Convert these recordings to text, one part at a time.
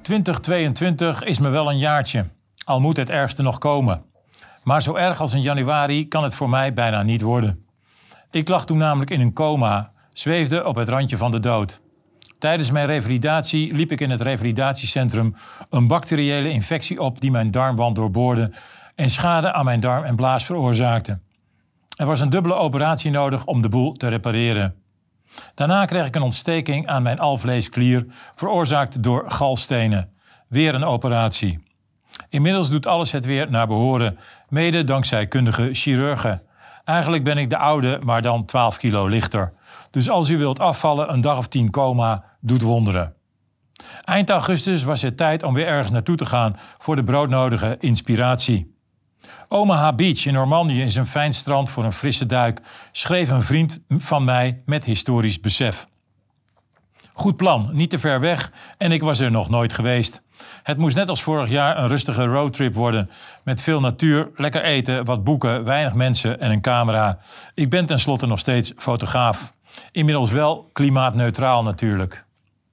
2022 is me wel een jaartje, al moet het ergste nog komen. Maar zo erg als in januari kan het voor mij bijna niet worden. Ik lag toen namelijk in een coma, zweefde op het randje van de dood. Tijdens mijn revalidatie liep ik in het revalidatiecentrum een bacteriële infectie op die mijn darmwand doorboorde en schade aan mijn darm en blaas veroorzaakte. Er was een dubbele operatie nodig om de boel te repareren. Daarna kreeg ik een ontsteking aan mijn alvleesklier, veroorzaakt door galstenen. Weer een operatie. Inmiddels doet alles het weer naar behoren, mede dankzij kundige chirurgen. Eigenlijk ben ik de oude, maar dan 12 kilo lichter. Dus als u wilt afvallen, een dag of 10 coma doet wonderen. Eind augustus was het tijd om weer ergens naartoe te gaan voor de broodnodige inspiratie. Omaha Beach in Normandië is een fijn strand voor een frisse duik, schreef een vriend van mij met historisch besef. Goed plan, niet te ver weg en ik was er nog nooit geweest. Het moest net als vorig jaar een rustige roadtrip worden, met veel natuur, lekker eten, wat boeken, weinig mensen en een camera. Ik ben tenslotte nog steeds fotograaf. Inmiddels wel klimaatneutraal natuurlijk.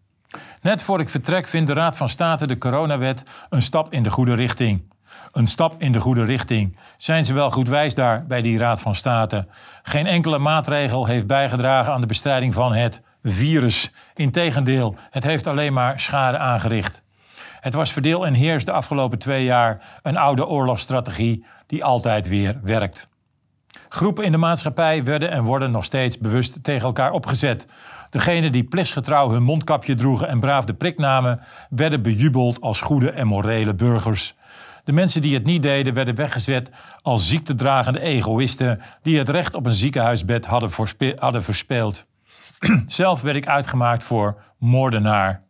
Net voor ik vertrek vindt de Raad van State de coronawet een stap in de goede richting. Een stap in de goede richting. Zijn ze wel goed wijs daar bij die Raad van State? Geen enkele maatregel heeft bijgedragen aan de bestrijding van het virus. Integendeel, het heeft alleen maar schade aangericht. Het was verdeel en heers de afgelopen 2 jaar een oude oorlogsstrategie die altijd weer werkt. Groepen in de maatschappij werden en worden nog steeds bewust tegen elkaar opgezet. Degenen die plichtsgetrouw hun mondkapje droegen en braaf de prik namen, werden bejubeld als goede en morele burgers. De mensen die het niet deden werden weggezet als ziektedragende egoïsten die het recht op een ziekenhuisbed hadden verspeeld. Zelf werd ik uitgemaakt voor moordenaar.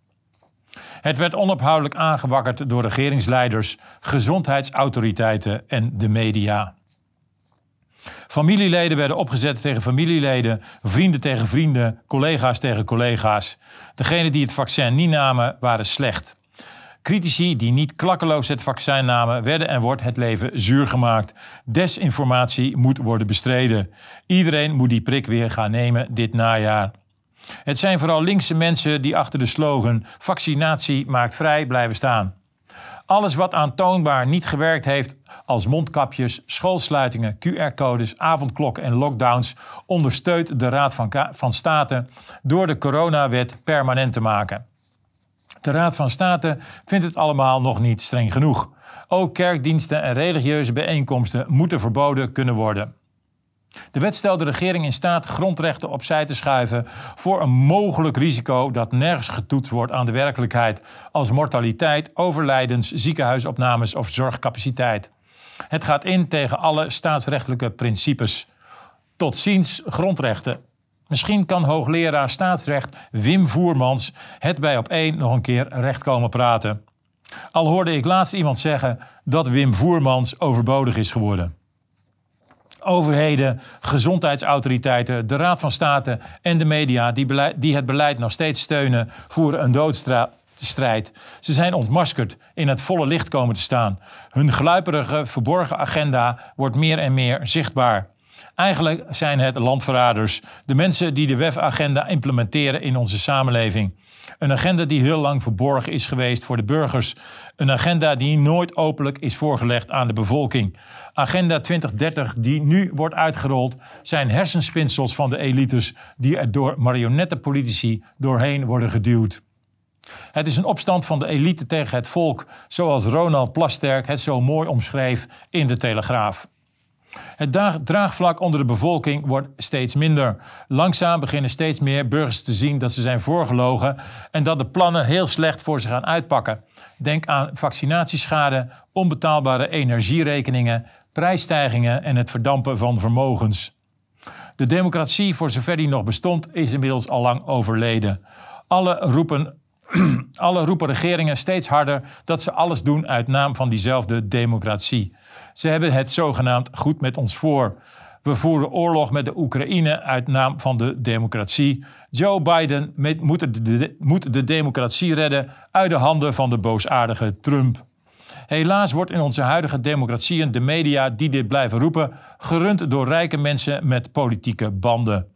Het werd onophoudelijk aangewakkerd door regeringsleiders, gezondheidsautoriteiten en de media. Familieleden werden opgezet tegen familieleden, vrienden tegen vrienden, collega's tegen collega's. Degenen die het vaccin niet namen, waren slecht. Critici die niet klakkeloos het vaccin namen, werden en wordt het leven zuur gemaakt. Desinformatie moet worden bestreden. Iedereen moet die prik weer gaan nemen dit najaar. Het zijn vooral linkse mensen die achter de slogan vaccinatie maakt vrij blijven staan. Alles wat aantoonbaar niet gewerkt heeft als mondkapjes, schoolsluitingen, QR-codes, avondklokken en lockdowns ondersteunt de Raad van State door de coronawet permanent te maken. De Raad van State vindt het allemaal nog niet streng genoeg. Ook kerkdiensten en religieuze bijeenkomsten moeten verboden kunnen worden. De wet stelt de regering in staat grondrechten opzij te schuiven voor een mogelijk risico dat nergens getoetst wordt aan de werkelijkheid als mortaliteit, overlijdens, ziekenhuisopnames of zorgcapaciteit. Het gaat in tegen alle staatsrechtelijke principes. Tot ziens grondrechten. Misschien kan hoogleraar staatsrecht Wim Voermans het bij Op1 nog een keer recht komen praten. Al hoorde ik laatst iemand zeggen dat Wim Voermans overbodig is geworden. Overheden, gezondheidsautoriteiten, de Raad van State en de media die het beleid nog steeds steunen, voeren een doodstrijd. Ze zijn ontmaskerd, in het volle licht komen te staan. Hun gluiperige, verborgen agenda wordt meer en meer zichtbaar. Eigenlijk zijn het landverraders, de mensen die de WEF-agenda implementeren in onze samenleving. Een agenda die heel lang verborgen is geweest voor de burgers. Een agenda die nooit openlijk is voorgelegd aan de bevolking. Agenda 2030 die nu wordt uitgerold zijn hersenspinsels van de elites die er door marionettenpolitici doorheen worden geduwd. Het is een opstand van de elite tegen het volk, zoals Ronald Plasterk het zo mooi omschreef in de Telegraaf. Het draagvlak onder de bevolking wordt steeds minder. Langzaam beginnen steeds meer burgers te zien dat ze zijn voorgelogen en dat de plannen heel slecht voor ze gaan uitpakken. Denk aan vaccinatieschade, onbetaalbare energierekeningen, prijsstijgingen en het verdampen van vermogens. De democratie, voor zover die nog bestond, is inmiddels al lang overleden. Alle roepen regeringen steeds harder dat ze alles doen uit naam van diezelfde democratie. Ze hebben het zogenaamd goed met ons voor. We voeren oorlog met de Oekraïne uit naam van de democratie. Joe Biden moet de democratie redden uit de handen van de boosaardige Trump. Helaas wordt in onze huidige democratieën de media die dit blijven roepen gerund door rijke mensen met politieke banden.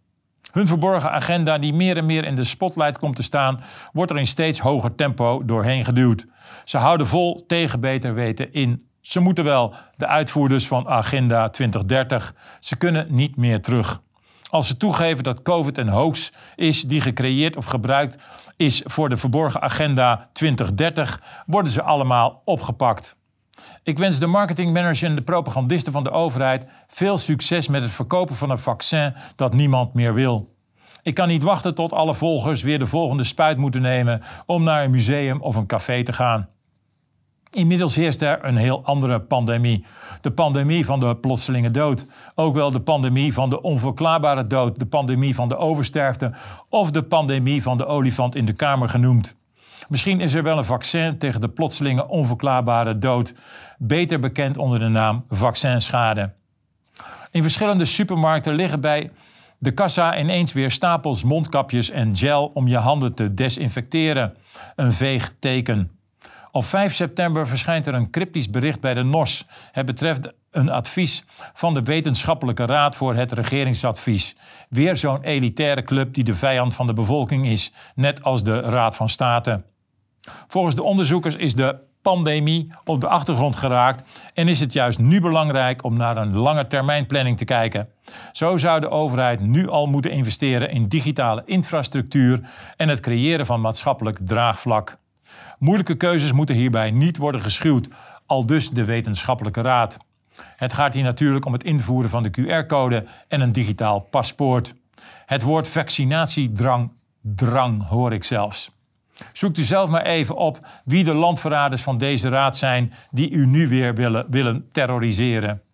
Hun verborgen agenda, die meer en meer in de spotlight komt te staan, wordt er in steeds hoger tempo doorheen geduwd. Ze houden vol tegen beter weten in. Ze moeten wel, de uitvoerders van Agenda 2030. Ze kunnen niet meer terug. Als ze toegeven dat COVID een hoax is die gecreëerd of gebruikt is voor de verborgen Agenda 2030, worden ze allemaal opgepakt. Ik wens de marketingmanager en de propagandisten van de overheid veel succes met het verkopen van een vaccin dat niemand meer wil. Ik kan niet wachten tot alle volgers weer de volgende spuit moeten nemen om naar een museum of een café te gaan. Inmiddels heerst er een heel andere pandemie. De pandemie van de plotselinge dood. Ook wel de pandemie van de onverklaarbare dood. De pandemie van de oversterfte. Of de pandemie van de olifant in de kamer genoemd. Misschien is er wel een vaccin tegen de plotselinge onverklaarbare dood. Beter bekend onder de naam vaccinschade. In verschillende supermarkten liggen bij de kassa ineens weer stapels mondkapjes en gel om je handen te desinfecteren. Een veeg teken. Op 5 september verschijnt er een cryptisch bericht bij de NOS. Het betreft een advies van de Wetenschappelijke Raad voor het Regeringsadvies. Weer zo'n elitaire club die de vijand van de bevolking is, net als de Raad van State. Volgens de onderzoekers is de pandemie op de achtergrond geraakt en is het juist nu belangrijk om naar een langetermijnplanning te kijken. Zo zou de overheid nu al moeten investeren in digitale infrastructuur en het creëren van maatschappelijk draagvlak. Moeilijke keuzes moeten hierbij niet worden geschuwd, aldus de Wetenschappelijke Raad. Het gaat hier natuurlijk om het invoeren van de QR-code en een digitaal paspoort. Het woord vaccinatiedrang hoor ik zelfs. Zoekt u zelf maar even op wie de landverraders van deze raad zijn die u nu weer willen terroriseren.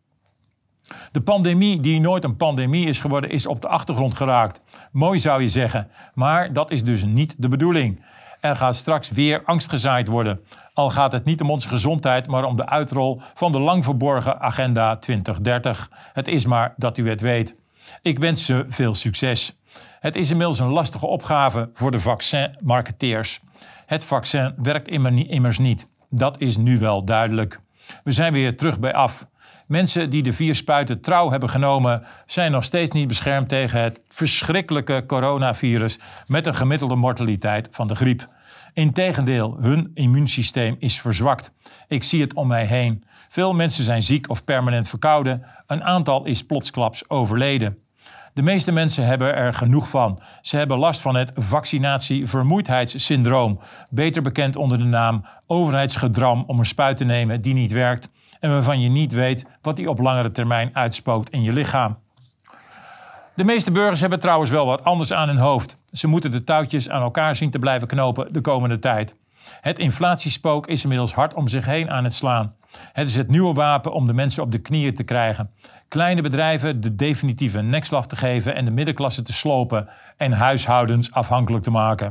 De pandemie die nooit een pandemie is geworden is op de achtergrond geraakt. Mooi zou je zeggen, maar dat is dus niet de bedoeling. Er gaat straks weer angst gezaaid worden. Al gaat het niet om onze gezondheid, maar om de uitrol van de lang verborgen Agenda 2030. Het is maar dat u het weet. Ik wens ze veel succes. Het is inmiddels een lastige opgave voor de vaccinmarketeers. Het vaccin werkt immers niet. Dat is nu wel duidelijk. We zijn weer terug bij af. Mensen die de 4 spuiten trouw hebben genomen, zijn nog steeds niet beschermd tegen het verschrikkelijke coronavirus met een gemiddelde mortaliteit van de griep. Integendeel, hun immuunsysteem is verzwakt. Ik zie het om mij heen. Veel mensen zijn ziek of permanent verkouden. Een aantal is plotsklaps overleden. De meeste mensen hebben er genoeg van. Ze hebben last van het vaccinatievermoeidheidssyndroom, beter bekend onder de naam overheidsgedram om een spuit te nemen die niet werkt en waarvan je niet weet wat die op langere termijn uitspookt in je lichaam. De meeste burgers hebben trouwens wel wat anders aan hun hoofd. Ze moeten de touwtjes aan elkaar zien te blijven knopen de komende tijd. Het inflatiespook is inmiddels hard om zich heen aan het slaan. Het is het nieuwe wapen om de mensen op de knieën te krijgen. Kleine bedrijven de definitieve nekslag te geven en de middenklasse te slopen en huishoudens afhankelijk te maken.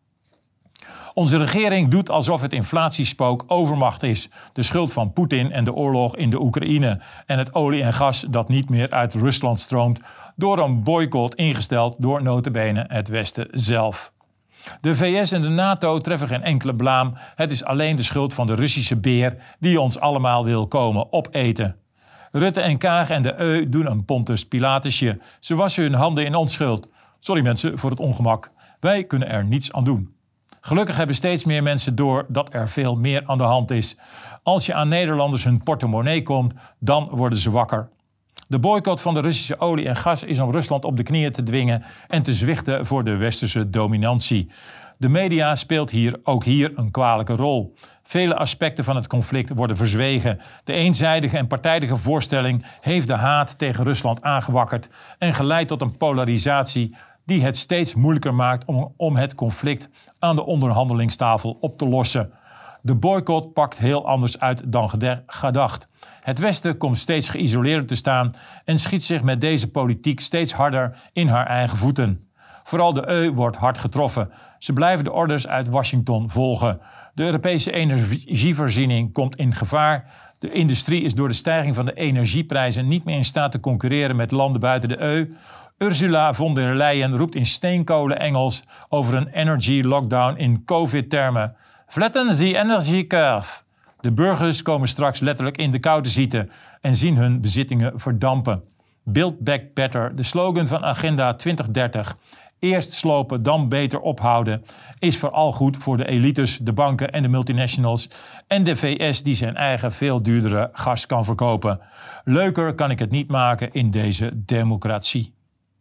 Onze regering doet alsof het inflatiespook overmacht is. De schuld van Poetin en de oorlog in de Oekraïne en het olie en gas dat niet meer uit Rusland stroomt door een boycott ingesteld door nota bene het Westen zelf. De VS en de NATO treffen geen enkele blaam. Het is alleen de schuld van de Russische beer die ons allemaal wil komen opeten. Rutte en Kaag en de EU doen een Pontius Pilatusje. Ze wassen hun handen in onschuld. Sorry mensen voor het ongemak. Wij kunnen er niets aan doen. Gelukkig hebben steeds meer mensen door dat er veel meer aan de hand is. Als je aan Nederlanders hun portemonnee komt, dan worden ze wakker. De boycott van de Russische olie en gas is om Rusland op de knieën te dwingen en te zwichten voor de westerse dominantie. De media speelt ook hier een kwalijke rol. Vele aspecten van het conflict worden verzwegen. De eenzijdige en partijdige voorstelling heeft de haat tegen Rusland aangewakkerd en geleid tot een polarisatie die het steeds moeilijker maakt om het conflict aan de onderhandelingstafel op te lossen. De boycott pakt heel anders uit dan gedacht. Het Westen komt steeds geïsoleerder te staan en schiet zich met deze politiek steeds harder in haar eigen voeten. Vooral de EU wordt hard getroffen. Ze blijven de orders uit Washington volgen. De Europese energievoorziening komt in gevaar. De industrie is door de stijging van de energieprijzen niet meer in staat te concurreren met landen buiten de EU. Ursula von der Leyen roept in steenkolen-Engels over een energy lockdown in COVID-termen. Flatten the energy curve. De burgers komen straks letterlijk in de kou te zitten en zien hun bezittingen verdampen. Build Back Better, de slogan van Agenda 2030... Eerst slopen, dan beter ophouden, is vooral goed voor de elites, de banken en de multinationals en de VS die zijn eigen veel duurdere gas kan verkopen. Leuker kan ik het niet maken in deze democratie.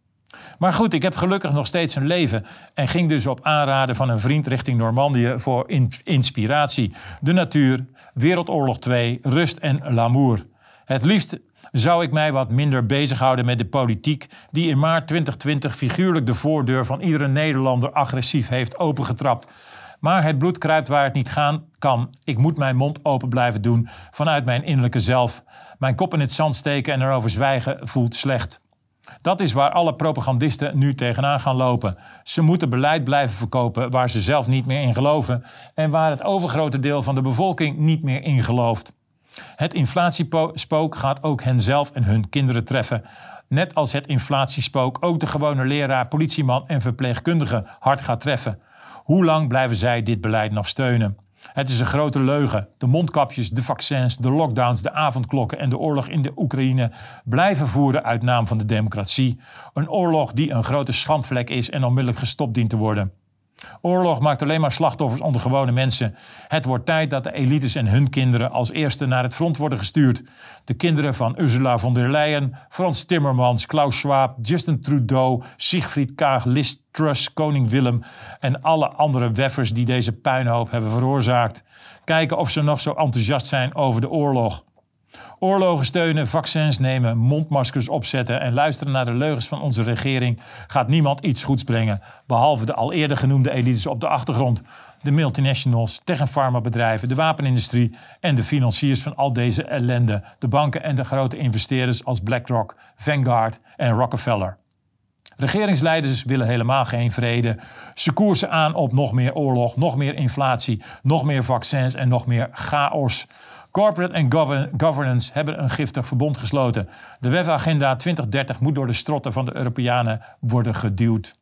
Maar goed, ik heb gelukkig nog steeds een leven en ging dus op aanraden van een vriend richting Normandië voor inspiratie. De natuur, Wereldoorlog 2, rust en l'amour. Het liefst zou ik mij wat minder bezighouden met de politiek die in maart 2020 figuurlijk de voordeur van iedere Nederlander agressief heeft opengetrapt. Maar het bloed kruipt waar het niet gaan kan. Ik moet mijn mond open blijven doen vanuit mijn innerlijke zelf. Mijn kop in het zand steken en erover zwijgen voelt slecht. Dat is waar alle propagandisten nu tegenaan gaan lopen. Ze moeten beleid blijven verkopen waar ze zelf niet meer in geloven en waar het overgrote deel van de bevolking niet meer in gelooft. Het inflatiespook gaat ook henzelf en hun kinderen treffen. Net als het inflatiespook ook de gewone leraar, politieman en verpleegkundige hard gaat treffen. Hoe lang blijven zij dit beleid nog steunen? Het is een grote leugen. De mondkapjes, de vaccins, de lockdowns, de avondklokken en de oorlog in de Oekraïne blijven voeren uit naam van de democratie. Een oorlog die een grote schandvlek is en onmiddellijk gestopt dient te worden. Oorlog maakt alleen maar slachtoffers onder gewone mensen. Het wordt tijd dat de elites en hun kinderen als eerste naar het front worden gestuurd. De kinderen van Ursula von der Leyen, Frans Timmermans, Klaus Schwab, Justin Trudeau, Siegfried Kaag, Liz Truss, koning Willem en alle andere weffers die deze puinhoop hebben veroorzaakt. Kijken of ze nog zo enthousiast zijn over de oorlog. Oorlogen steunen, vaccins nemen, mondmaskers opzetten en luisteren naar de leugens van onze regering gaat niemand iets goeds brengen, behalve de al eerder genoemde elites op de achtergrond. De multinationals, tech- en farmabedrijven, de wapenindustrie en de financiers van al deze ellende, de banken en de grote investeerders als BlackRock, Vanguard en Rockefeller. Regeringsleiders willen helemaal geen vrede. Ze koersen aan op nog meer oorlog, nog meer inflatie, nog meer vaccins en nog meer chaos. Corporate en governance hebben een giftig verbond gesloten. De WEF-agenda 2030 moet door de strotten van de Europeanen worden geduwd.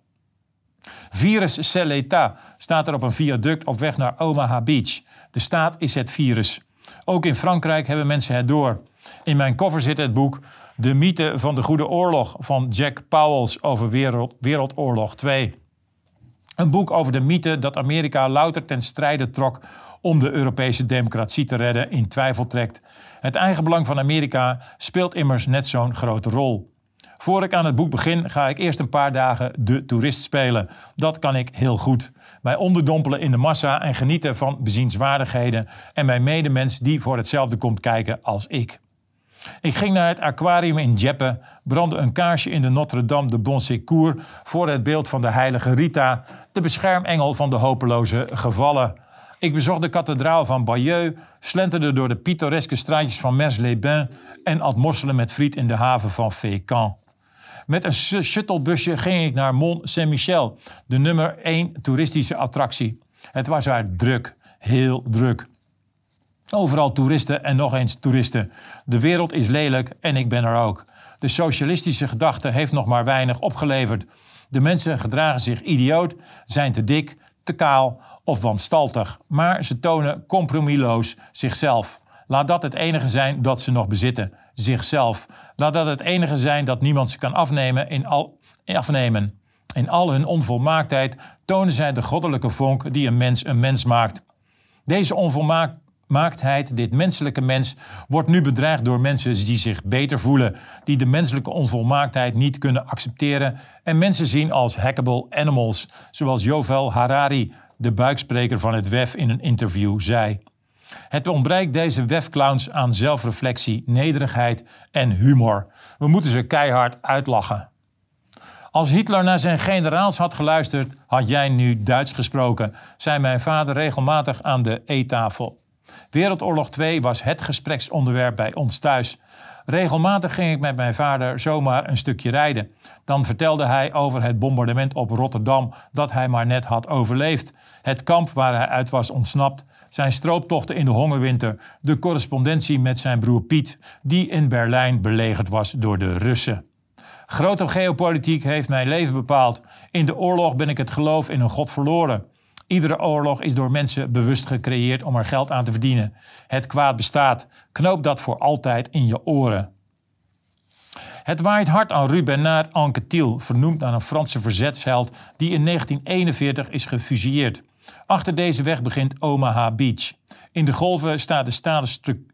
Virus c'est l'État staat er op een viaduct op weg naar Omaha Beach. De staat is het virus. Ook in Frankrijk hebben mensen het door. In mijn koffer zit het boek De mythe van de Goede Oorlog van Jack Powell over Wereldoorlog 2. Een boek over de mythe dat Amerika louter ten strijde trok om de Europese democratie te redden in twijfel trekt. Het eigenbelang van Amerika speelt immers net zo'n grote rol. Voor ik aan het boek begin ga ik eerst een paar dagen de toerist spelen. Dat kan ik heel goed. Mij onderdompelen in de massa en genieten van bezienswaardigheden en mijn medemens die voor hetzelfde komt kijken als ik. Ik ging naar het aquarium in Dieppe, brandde een kaarsje in de Notre-Dame de Bon Secours voor het beeld van de heilige Rita, de beschermengel van de hopeloze gevallen. Ik bezocht de kathedraal van Bayeux, slenterde door de pittoreske straatjes van Mers-les-Bains en at mosselen met friet in de haven van Fécamp. Met een shuttlebusje ging ik naar Mont Saint-Michel, de nummer 1 toeristische attractie. Het was daar druk, heel druk. Overal toeristen en nog eens toeristen. De wereld is lelijk en ik ben er ook. De socialistische gedachte heeft nog maar weinig opgeleverd. De mensen gedragen zich idioot, zijn te dik, te kaal of wanstaltig. Maar ze tonen compromisloos zichzelf. Laat dat het enige zijn dat ze nog bezitten. Zichzelf. Laat dat het enige zijn dat niemand ze kan afnemen. In al hun onvolmaaktheid tonen zij de goddelijke vonk die een mens maakt. Deze onvolmaaktheid, dit menselijke mens, wordt nu bedreigd door mensen die zich beter voelen, die de menselijke onvolmaaktheid niet kunnen accepteren en mensen zien als hackable animals, zoals Yuval Harari, de buikspreker van het WEF, in een interview zei. Het ontbreekt deze WEF-clowns aan zelfreflectie, nederigheid en humor. We moeten ze keihard uitlachen. Als Hitler naar zijn generaals had geluisterd, had jij nu Duits gesproken, zei mijn vader regelmatig aan de eettafel. Wereldoorlog 2 was het gespreksonderwerp bij ons thuis. Regelmatig ging ik met mijn vader zomaar een stukje rijden. Dan vertelde hij over het bombardement op Rotterdam dat hij maar net had overleefd. Het kamp waar hij uit was ontsnapt. Zijn strooptochten in de hongerwinter. De correspondentie met zijn broer Piet, die in Berlijn belegerd was door de Russen. Grote geopolitiek heeft mijn leven bepaald. In de oorlog ben ik het geloof in een God verloren. Iedere oorlog is door mensen bewust gecreëerd om er geld aan te verdienen. Het kwaad bestaat. Knoop dat voor altijd in je oren. Het waait hard aan Rue Bernard Anquetil, vernoemd naar een Franse verzetsheld die in 1941 is gefusilleerd. Achter deze weg begint Omaha Beach. In de golven staat de stalen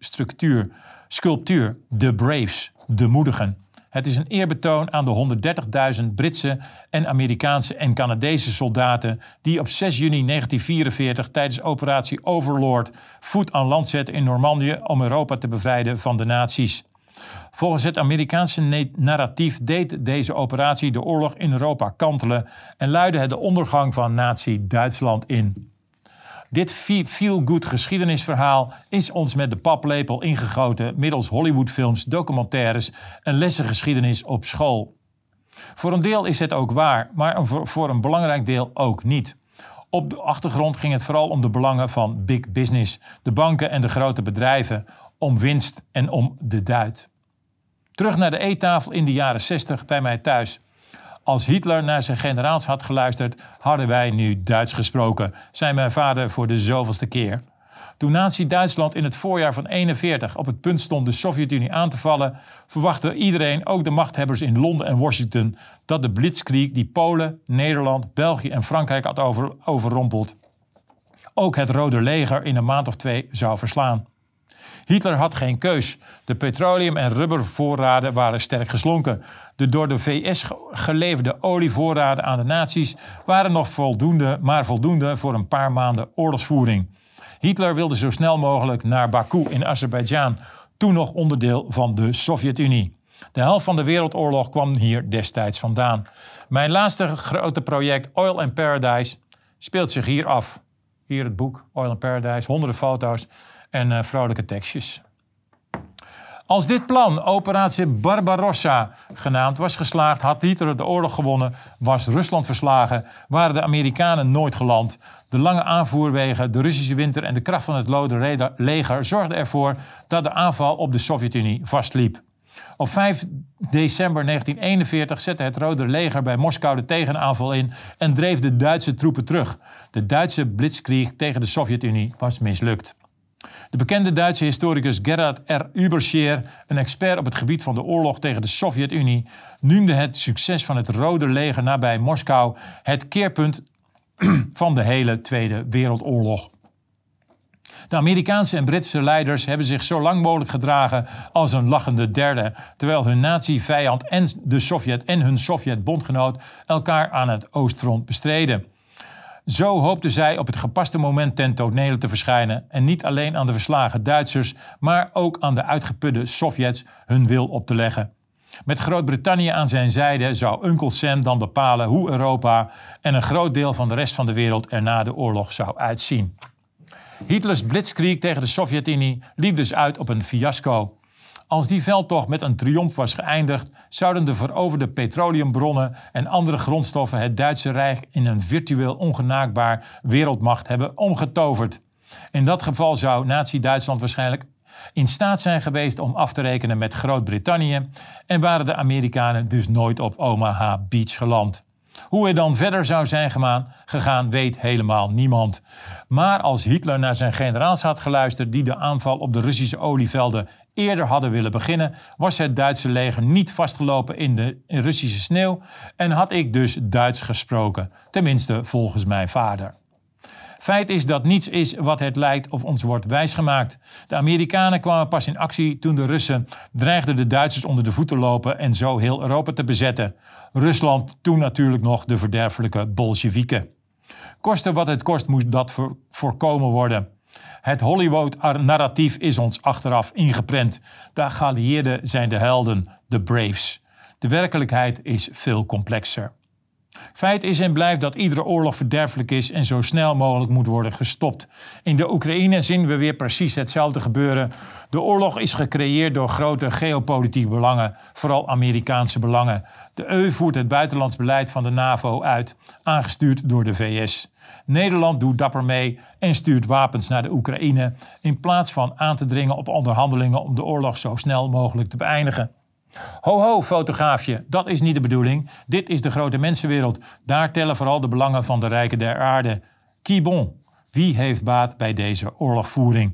sculptuur The Braves, de moedigen. Het is een eerbetoon aan de 130.000 Britse en Amerikaanse en Canadese soldaten die op 6 juni 1944 tijdens operatie Overlord voet aan land zetten in Normandië om Europa te bevrijden van de nazi's. Volgens het Amerikaanse narratief deed deze operatie de oorlog in Europa kantelen en luidde het de ondergang van Nazi-Duitsland in. Dit feel-good geschiedenisverhaal is ons met de paplepel ingegoten middels Hollywoodfilms, documentaires en lessengeschiedenis op school. Voor een deel is het ook waar, maar voor een belangrijk deel ook niet. Op de achtergrond ging het vooral om de belangen van big business, de banken en de grote bedrijven, om winst en om de duit. Terug naar de eettafel in de jaren 60 bij mij thuis. Als Hitler naar zijn generaals had geluisterd, hadden wij nu Duits gesproken, zei mijn vader voor de zoveelste keer. Toen Nazi-Duitsland in het voorjaar van 1941 op het punt stond de Sovjet-Unie aan te vallen, verwachtte iedereen, ook de machthebbers in Londen en Washington, dat de blitzkrieg die Polen, Nederland, België en Frankrijk had overrompeld, ook het Rode Leger in een maand of 2 zou verslaan. Hitler had geen keus. De petroleum- en rubbervoorraden waren sterk geslonken. De door de VS geleverde olievoorraden aan de nazi's waren nog voldoende voor een paar maanden oorlogsvoering. Hitler wilde zo snel mogelijk naar Baku in Azerbeidzjan, toen nog onderdeel van de Sovjet-Unie. De helft van de wereldoorlog kwam hier destijds vandaan. Mijn laatste grote project, Oil and Paradise, speelt zich hier af. Hier het boek, Oil and Paradise, honderden foto's en vrolijke tekstjes. Als dit plan, Operatie Barbarossa genaamd, was geslaagd, had Hitler de oorlog gewonnen, was Rusland verslagen, waren de Amerikanen nooit geland. De lange aanvoerwegen, de Russische winter en de kracht van het Rode Leger zorgden ervoor dat de aanval op de Sovjet-Unie vastliep. Op 5 december 1941 zette het Rode Leger bij Moskou de tegenaanval in en dreef de Duitse troepen terug. De Duitse blitzkrieg tegen de Sovjet-Unie was mislukt. De bekende Duitse historicus Gerhard R. Übersheer, een expert op het gebied van de oorlog tegen de Sovjet-Unie, noemde het succes van het Rode Leger nabij Moskou het keerpunt van de hele Tweede Wereldoorlog. De Amerikaanse en Britse leiders hebben zich zo lang mogelijk gedragen als een lachende derde, terwijl hun nazi-vijand en hun Sovjet-bondgenoot elkaar aan het oostfront bestreden. Zo hoopten zij op het gepaste moment ten tonele te verschijnen en niet alleen aan de verslagen Duitsers, maar ook aan de uitgeputte Sovjets hun wil op te leggen. Met Groot-Brittannië aan zijn zijde zou Uncle Sam dan bepalen hoe Europa en een groot deel van de rest van de wereld er na de oorlog zou uitzien. Hitlers blitzkrieg tegen de Sovjet-Unie liep dus uit op een fiasco. Als die veldtocht met een triomf was geëindigd, zouden de veroverde petroleumbronnen en andere grondstoffen het Duitse Rijk in een virtueel ongenaakbaar wereldmacht hebben omgetoverd. In dat geval zou Nazi-Duitsland waarschijnlijk in staat zijn geweest om af te rekenen met Groot-Brittannië en waren de Amerikanen dus nooit op Omaha Beach geland. Hoe het dan verder zou zijn gegaan, weet helemaal niemand. Maar als Hitler naar zijn generaals had geluisterd die de aanval op de Russische olievelden eerder hadden willen beginnen, was het Duitse leger niet vastgelopen in de Russische sneeuw en had ik dus Duits gesproken, tenminste volgens mijn vader. Feit is dat niets is wat het lijkt of ons wordt wijsgemaakt. De Amerikanen kwamen pas in actie toen de Russen dreigden de Duitsers onder de voet te lopen en zo heel Europa te bezetten. Rusland toen natuurlijk nog de verderfelijke Bolsjewieken. Koste wat het kost moest dat voorkomen worden. Het Hollywood-narratief is ons achteraf ingeprent. De geallieerden zijn de helden, de Braves. De werkelijkheid is veel complexer. Feit is en blijft dat iedere oorlog verderfelijk is en zo snel mogelijk moet worden gestopt. In de Oekraïne zien we weer precies hetzelfde gebeuren. De oorlog is gecreëerd door grote geopolitieke belangen, vooral Amerikaanse belangen. De EU voert het buitenlands beleid van de NAVO uit, aangestuurd door de VS. Nederland doet dapper mee en stuurt wapens naar de Oekraïne in plaats van aan te dringen op onderhandelingen om de oorlog zo snel mogelijk te beëindigen. Ho ho, fotograafje, dat is niet de bedoeling. Dit is de grote mensenwereld. Daar tellen vooral de belangen van de rijken der aarde. Qui bon, wie heeft baat bij deze oorlogvoering?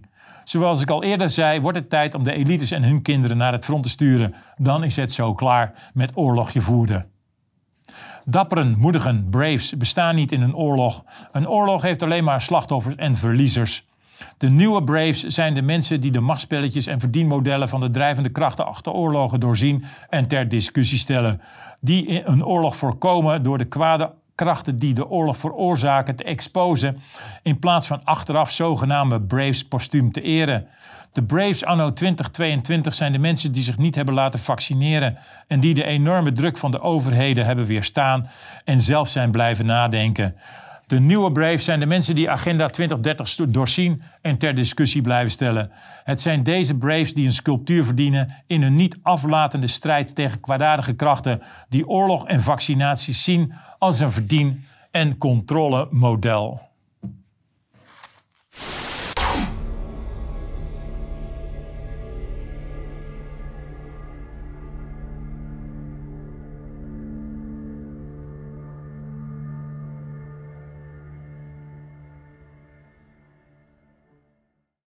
Zoals ik al eerder zei, wordt het tijd om de elites en hun kinderen naar het front te sturen. Dan is het zo klaar met oorlogje voeren. Dapperen, moedigen, braves bestaan niet in een oorlog. Een oorlog heeft alleen maar slachtoffers en verliezers. De nieuwe braves zijn de mensen die de machtsspelletjes en verdienmodellen van de drijvende krachten achter oorlogen doorzien en ter discussie stellen. Die een oorlog voorkomen door de kwade krachten die de oorlog veroorzaken te exposen, in plaats van achteraf zogenaamde braves postuum te eren. De braves anno 2022 zijn de mensen die zich niet hebben laten vaccineren en die de enorme druk van de overheden hebben weerstaan en zelf zijn blijven nadenken. De nieuwe braves zijn de mensen die Agenda 2030 doorzien en ter discussie blijven stellen. Het zijn deze braves die een sculptuur verdienen in een niet aflatende strijd tegen kwaadaardige krachten die oorlog en vaccinaties zien als een verdien- en controlemodel.